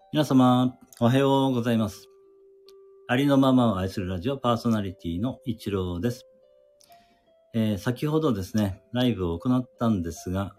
皆様、おはようございます。ありのままを愛するラジオパーソナリティの一郎です。先ほどですね、ライブを行ったんですが、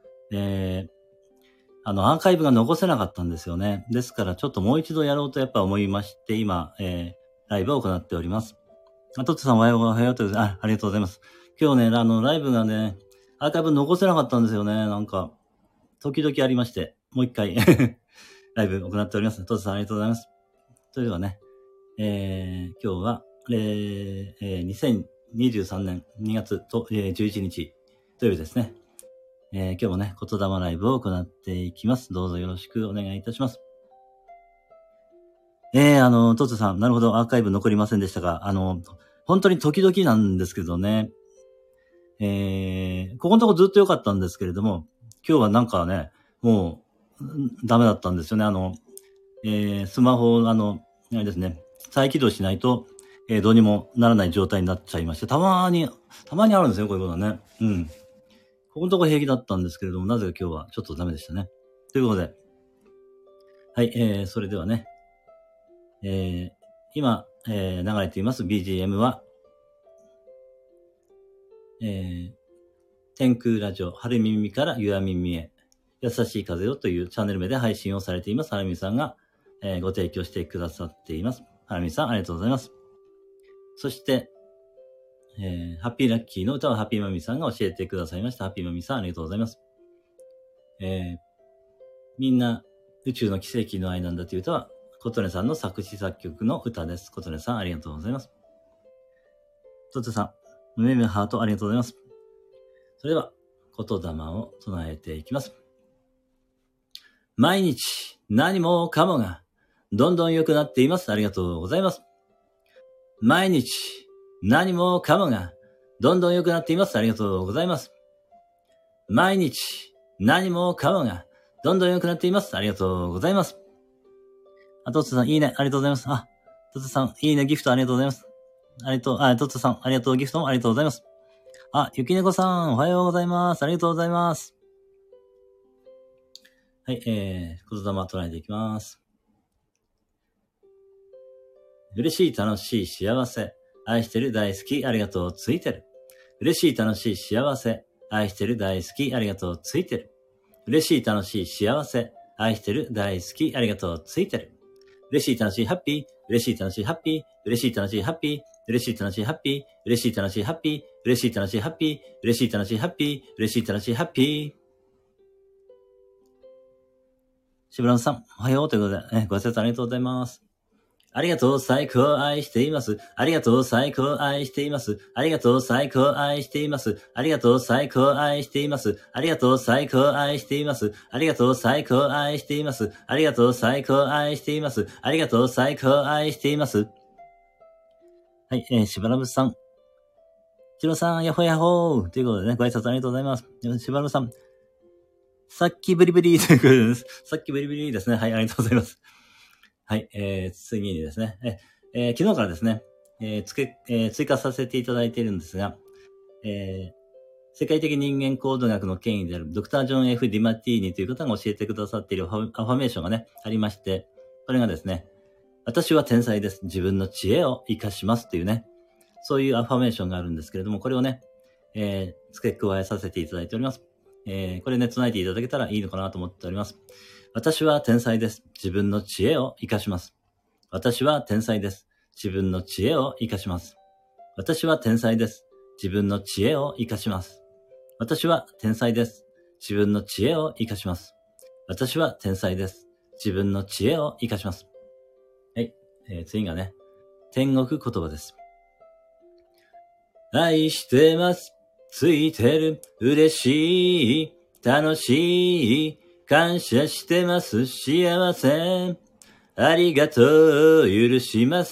アーカイブが残せなかったんですよね。ですから、ちょっともう一度やろうとやっぱ思いまして、今、ライブを行っております。トッツさんおはようございます。ありがとうございます。今日ね、ライブがね、アーカイブ残せなかったんですよね。なんか、時々ありまして、もう一回、ライブ行っております。トッツさんありがとうございます。それではね、今日は、2023年2月と、11日土曜日ですね。今日もね、言霊ライブを行っていきます。どうぞよろしくお願いいたします。トツさん、なるほど、アーカイブ残りませんでしたが、本当に時々なんですけどね、ここのとこずっと良かったんですけれども、今日はなんかね、もう、ダメだったんですよね。スマホ、あれですね、再起動しないと、どうにもならない状態になっちゃいまして、たまにあるんですよ、こういうことはね。ここのとこ平気だったんですけれども、なぜか今日はちょっとダメでしたね。ということで、はい、それではね、今、流れています BGM は、天空ラジオ、春耳から夕耳へ、優しい風をというチャンネル名で配信をされています、春耳さんが、ご提供してくださっています。春耳さん、ありがとうございます。そして、ハッピーラッキーの歌はハッピーマミさんが教えてくださいました。ハッピーマミさん、ありがとうございます。みんな宇宙の奇跡の愛なんだという歌は、琴音さんの作詞作曲の歌です。琴音さん、ありがとうございます。トツさん、ムメムハート、ありがとうございます。それでは、言霊を唱えていきます。毎日、何もかもが、どんどん良くなっています。ありがとうございます。毎日、何もかもが、どんどん良くなっています。ありがとうございます。毎日、何もかもが、どんどん良くなっています。ありがとうございます。トツさん、いいね。ありがとうございます。トツさん、いいね。ギフトありがとうございます。トツさん、ありがとう。ギフトもありがとうございます。ゆきねこさん、おはようございます。ありがとうございます。はい、言霊唱えていきます。嬉しい、楽しい、幸せ。愛してる、大好き、ありがとう、ついてる。嬉しい、楽しい、幸せ。愛してる、大好き、ありがとう、ついてる。嬉しい、楽しい、幸せ。愛してる、大好き、ありがとう、ついてる。嬉しい、楽しい、ハッピー。嬉しい、楽しい、ハッピー。嬉しい、楽しい、ハッピー。嬉しい、楽しい、ハッピー。嬉しい、楽しい、ハッピー。嬉しい、楽しい、ハッピー。嬉しい、楽しい、ハッピー。嬉しい、楽しい、ハッピー。しぶらんさん、おはようということで、ご清聴ありがとうございます。ありがとう、最高愛しています。ありがとう、最高愛しています。ありがとう、最高愛しています。ありがとう、最高愛しています。ありがとう、最高愛しています。ありがとう、最高愛しています。ありがとう、最高愛しています。ありがとう、最高愛しています。はい、しばらぶさん。ちろさん、やほやほーということでね、ご挨拶ありがとうございます。しばらぶさん。さっきブリブリということです。さっきブリブリですね。はい、ありがとうございます。はい、次にですね、昨日からですね、追加させていただいているんですが、世界的人間行動学の権威であるドクター・ジョン・ F・ ディマティーニという方が教えてくださっているアファメーションがね、ありまして、これがですね、私は天才です。自分の知恵を活かしますというね、そういうアファメーションがあるんですけれども、これをね、付け加えさせていただいております。これね、唱えていただけたらいいのかなと思っております。私は天才です。自分の知恵を活かします。私は天才です。自分の知恵を活かします。私は天才です。自分の知恵を活かします。私は天才です。自分の知恵を活かします。私は天才です。自分の知恵を活かします。はい。次がね、天国言葉です。愛してます。ついてる。嬉しい。楽しい。感謝してます。幸せ。ありがとう。許します。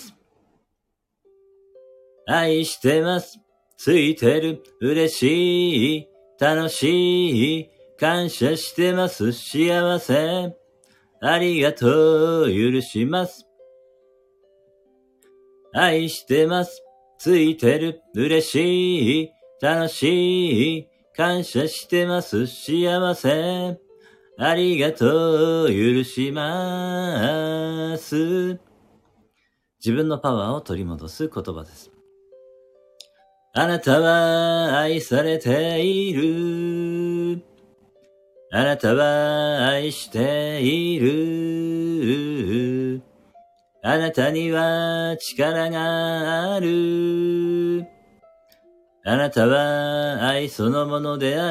愛してます。ついてる。嬉しい。楽しい。感謝してます。幸せ。ありがとう。許します。愛してます。ついてる。嬉しい。楽しい。感謝してます。幸せ。 ありがとう、許します。自分のパワーを取り戻す言葉です。あなたは愛されている。あなたは愛している。あなたには力がある。あなたは愛そのものであ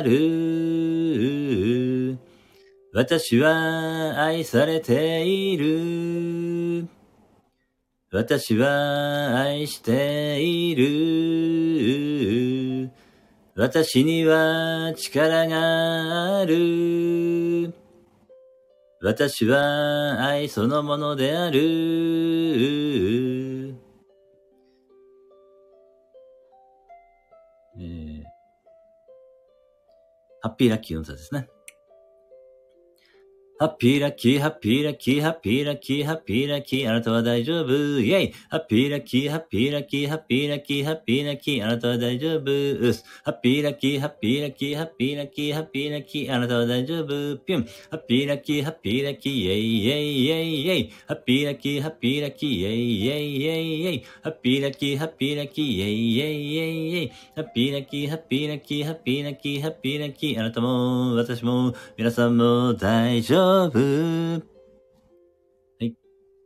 る。私は愛されている。私は愛している。私には力がある。私は愛そのものである。ハッピーラッキーの歌ですね。ハッピーラッキー、ハッピーラッキー、ハッピーラッキー、ハッピーラッキー、あなたは大丈夫、イェイハッピーラッキー、ハッピーラッキー、ハッピーラッキー、ハッピーラッキー、あなたは大丈夫、ハッピーラッキー、ハッピーラッキー、ハッピーラッキー、ハッピーラッキー、あなたは大丈夫、ピュンハッピーラッキー、ハッピーラッキー、イェイイェイイェイイェイハッピーラッキー、ハッピーラッキー、イェイイェイイェイイェイハッピーラッキー、ハッピーラッキー、イェイイェイイェイイェイハッピーラッキー、ハッピーラッキー、ハッピーラッキー、ハッピーラッキー、あなたも、私も、皆さんも大丈夫。はい。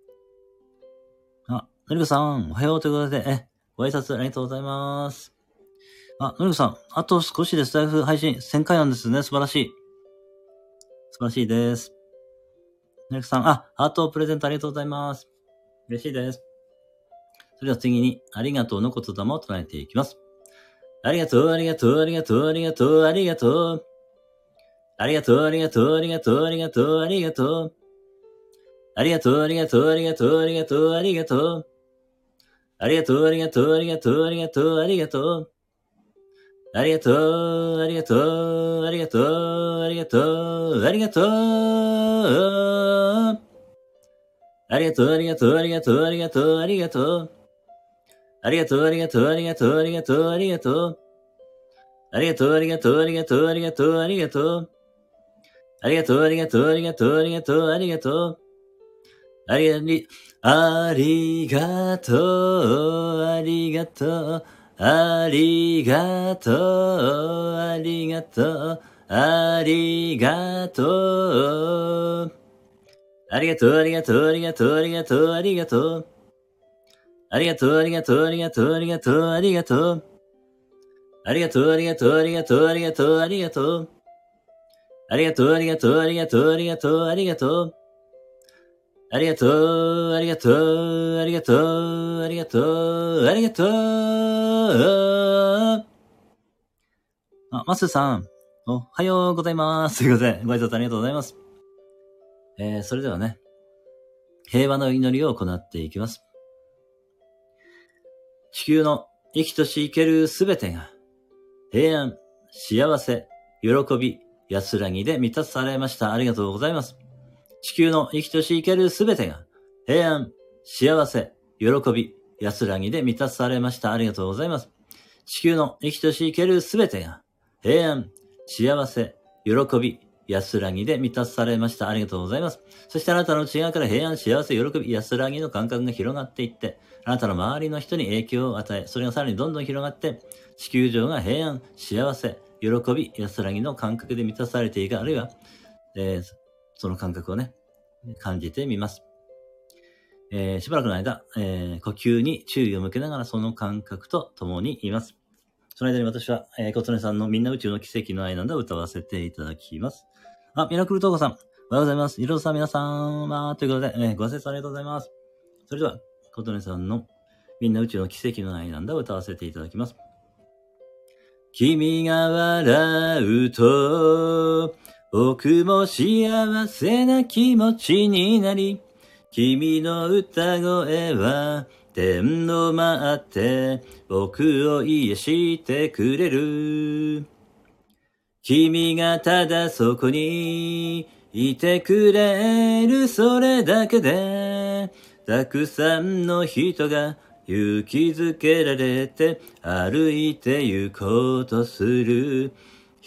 のりこさん、おはようということで、ご挨拶ありがとうございます。のりこさん、あと少しでスタイフ配信1000回なんですね。素晴らしい。素晴らしいです。のりこさん、ハートプレゼントありがとうございます。嬉しいです。それでは次に、ありがとうの言霊を唱えていきます。ありがとう、ありがとう、ありがとう、ありがとう、ありがとう。ありがとう、ありがとう、ありがとう、ありがとう、ありがとう。ありがとう、ありがとう、ありがとう、ありがとう、ありがとう。ありがとう、ありがとう、ありがとう、ありがとう、ありがとう。ありがとう、ありがとう、ありがとう、ありがとう、ありがとう。ありがとう、ありがとう、ありがとう、ありがとう、ありがとう。ありがとう、ありがとう、ありがとう、ありがとう、ありがとう。ありがとう、ありがとう、ありがとう、ありがとう、ありがとう。ありがとう、ありがとう、ありがとう、ありがとう、ありがとう。ありがとう、ありがとう、ありがとう、ありがとう、ありがとう、ありがとう。ありがとう、ありがとう、ありがとう、ありがとう、ありがとう。ありがとう、ありがとう、ありがとう、ありがとう、ありがとう。ありがとう、ありがとう、ありがとう、ありがとう、ありがとう。ありがとう、ありがとう、ありがとう、ありがとう、ありがとう。ありがとう、ありがとう、ありがとう、ありがとう、ありがとう。マスさん、おはようございます。すいません。ご挨拶ありがとうございます。それではね、平和の祈りを行っていきます。地球の生きとし生けるすべてが、平安、幸せ、喜び、安らぎで満たされました。ありがとうございます。地球の生きとし生けるすべてが、平安、幸せ、喜び、安らぎで満たされました。ありがとうございます。地球の生きとし生けるすべてが、平安、幸せ、喜び、安らぎで満たされました。ありがとうございます。そしてあなたの内側から平安、幸せ、喜び、安らぎの感覚が広がっていって、あなたの周りの人に影響を与え、それがさらにどんどん広がって、地球上が平安、幸せ、喜び、安らぎの感覚で満たされていく、あるいは、その感覚をね、感じてみます。しばらくの間、呼吸に注意を向けながらその感覚と共にいます。その間に私は、琴音さんのみんな宇宙の奇跡の愛なんだを歌わせていただきます。ミラクルトーコさん、おはようございます。いろさん、皆さん、ということで、ご挨拶ありがとうございます。それでは、琴音さんのみんな宇宙の奇跡の愛なんだを歌わせていただきます。君が笑うと、僕も幸せな気持ちになり、君の歌声は天を回って僕を癒してくれる。君がただそこにいてくれる、それだけでたくさんの人が勇気づけられて歩いて行こうとする。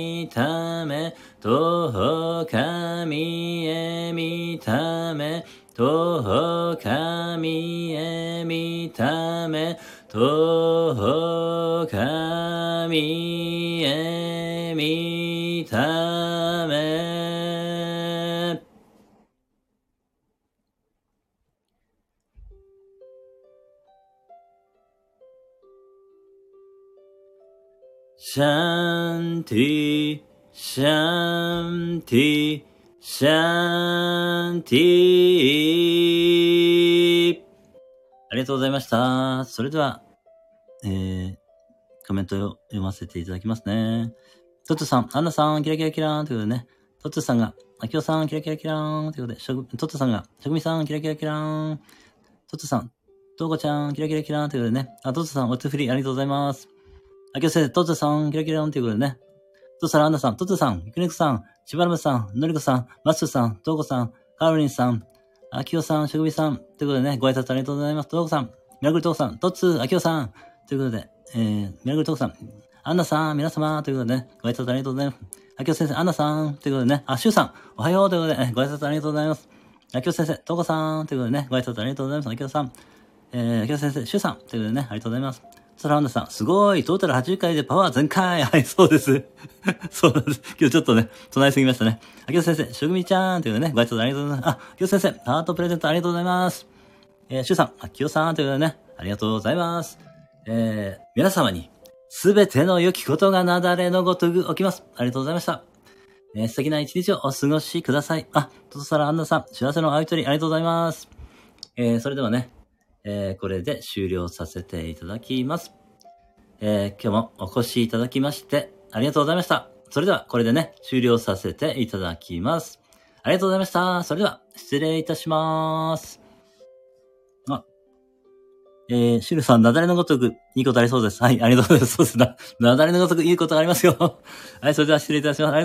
ため、とかみえみため、とかみえみため、とかみえみため。シャンティ、シャンティ、シャンティ。ありがとうございました。それでは、コメントを読ませていただきますね。トッツさん、アンナさん、キラキラキラーンということでね、トッツさんが、アキオさん、キラキラキラーンということで、トッツさんが、しょぐみさん、キラキラキラーン、トッツさん、トウコちゃん、キラキラキラーンということでね、トッツさん、お手振りありがとうございます。アキオ先生、トッツさん、キラキラーンということでね、トッツさん、アンナさん、トッツさん、ユクネクさん、シバラムさん、ノリコさん、マッシュさん、トウコさん、カロリンさん、アキオさん、しょぐみさん、ということでね、ご挨拶ありがとうございます。トウコさん、ミラクルトウコさん、トッツ、アキオさん、ということで、ミラクルトウコさん、アンナさん、皆様、ということでね、ご挨拶ありがとうございます。アキオ先生、アンナさん、ということでね、シュウさん、おはよう、ということで、ご挨拶ありがとうございます。アキオ先生、トウコさん、ということでね、ご挨拶ありがとうございます。アキオさん、アキオ先生、シュウさん、ということでね、ありがとうございます。そらアンナさん、すごい、トータル80回でパワー全開。はい、そうです。そうなんです。今日ちょっとね、唱えすぎましたね。アキオ先生、しゅぐみちゃん、ということでね、ご挨拶ありがとうございます。アキオ先生、ハートプレゼントありがとうございます。シュウさん、アキオさん、ということでね、ありがとうございます。皆様に、すべての良きことがなだれのごとく起きます。ありがとうございました。素敵な一日をお過ごしください。トトサラアンナさん、幸せのあいとりありがとうございます。それではね、これで終了させていただきます。今日もお越しいただきまして、ありがとうございました。それでは、これでね、終了させていただきます。ありがとうございました。それでは、失礼いたします。シルさん、なだれのごとく、いいことありそうです。はい、ありがとうございます。そうですな。なだれのごとく、いいことがありますよ。はい、それでは失礼いたします。